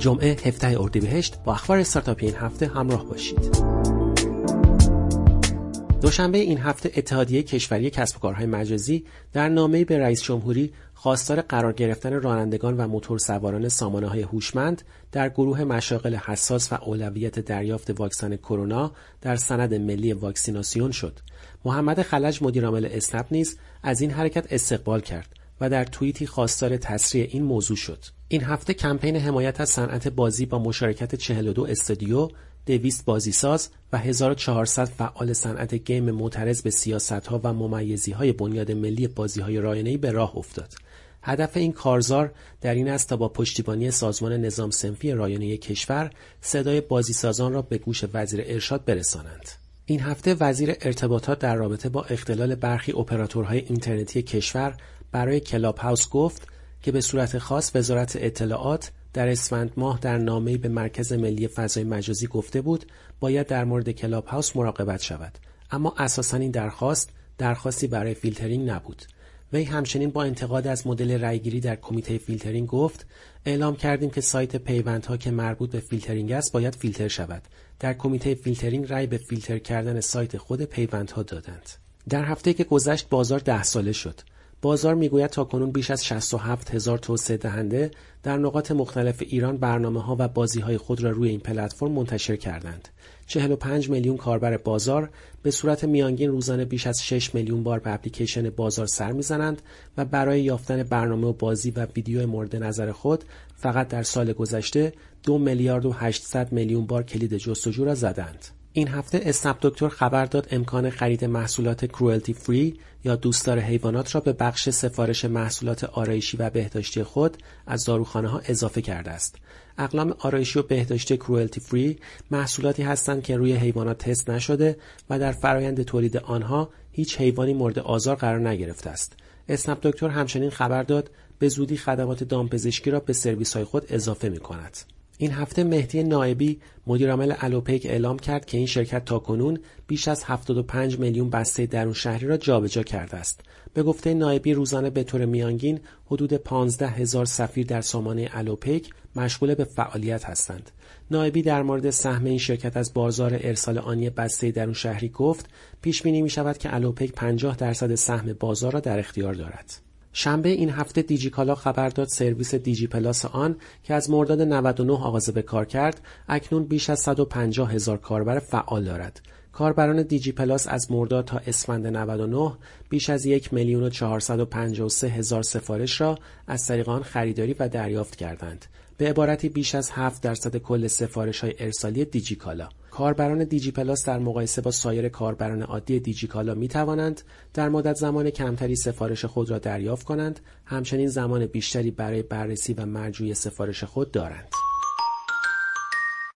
جمعه 17 اردیبهشت با اخبار استارتاپی این هفته همراه باشید. دوشنبه این هفته اتحادیه کشوری کسب و کارهای مجازی در نامه‌ای به رئیس جمهوری خواستار قرار گرفتن رانندگان و موتورسواران سامانه‌های هوشمند در گروه مشاغل حساس و اولویت دریافت واکسن کرونا در سند ملی واکسیناسیون شد. محمد خلج مدیرعامل اسنپ نیز از این حرکت استقبال کرد و در توییتی خواستار تسریع این موضوع شد. این هفته کمپین حمایت از صنعت بازی با مشارکت 42 استودیو، 200 بازیساز و 1400 فعال صنعت گیم معترض به سیاست‌ها و ممیزی‌های بنیاد ملی بازی‌های رایانه‌ای به راه افتاد. هدف این کارزار در این است تا با پشتیبانی سازمان نظام صنفی رایانه کشور صدای بازیسازان را به گوش وزیر ارشاد برسانند. این هفته وزیر ارتباطات در رابطه با اختلال برخی اپراتورهای اینترنتی کشور برای کلاب هاوس گفت که به صورت خاص وزارت اطلاعات در اسفند ماه در نامه‌ای به مرکز ملی فضای مجازی گفته بود باید در مورد کلاب هاوس مراقبت شود، اما اساساً این درخواستی برای فیلترینگ نبود. وی همچنین با انتقاد از مدل رأیگیری در کمیته فیلترینگ گفت اعلام کردیم که سایت پیوندها که مربوط به فیلترینگ است باید فیلتر شود. در کمیته فیلترینگ رأی به فیلتر کردن سایت خود پیوندها دادند. در هفته که گذشت بازار 10 ساله شد. بازار میگوید تاکنون بیش از 67,000 توسعه دهنده در نقاط مختلف ایران برنامه‌ها و بازی‌های خود را روی این پلتفرم منتشر کردند. 45 میلیون کاربر بازار به صورت میانگین روزانه بیش از 6 میلیون بار به اپلیکیشن بازار سر می‌زنند و برای یافتن برنامه و بازی و ویدیو مورد نظر خود فقط در سال گذشته 2 میلیارد و 800 میلیون بار کلید جستجو را زدند. این هفته اسنپ دکتر خبر داد امکان خرید محصولات کروئلتی فری یا دوستدار حیوانات را به بخش سفارش محصولات آرایشی و بهداشتی خود از داروخانه‌ها اضافه کرده است. اقلام آرایشی و بهداشتی کروئلتی فری محصولاتی هستند که روی حیوانات تست نشده و در فرایند تولید آنها هیچ حیوانی مورد آزار قرار نگرفته است. اسنپ دکتر همچنین خبر داد به زودی خدمات دامپزشکی را به سرویس‌های خود اضافه می‌کند. این هفته مهدی نائبی مدیرعامل الوپیک اعلام کرد که این شرکت تاکنون بیش از 75 میلیون بسته درون شهری را جابجا کرده است. به گفته نائبی روزانه به طور میانگین حدود 15,000 سفیر در سامانه الوپیک مشغول به فعالیت هستند. نائبی در مورد سهم این شرکت از بازار ارسال آنی بسته درون شهری گفت پیش بینی می شود که الوپیک 50% سهم بازار را در اختیار دارد. شنبه این هفته دیجیکالا خبر داد سرویس دیجی پلاس آن که از مرداد 99 آغاز به کار کرد اکنون بیش از 150,000 کاربر فعال دارد. کاربران دیجی پلاس از مرداد تا اسفند 99 بیش از 1,453,000 سفارش را از طریق آن خریداری و دریافت کردند. به عبارتی بیش از 7% کل سفارش‌های ارسالی دیجیکالا. کاربران دیجی پلاس در مقایسه با سایر کاربران عادی دیجیکالا می توانند در مدت زمان کمتری سفارش خود را دریافت کنند، همچنین زمان بیشتری برای بررسی و مرجوعی سفارش خود دارند.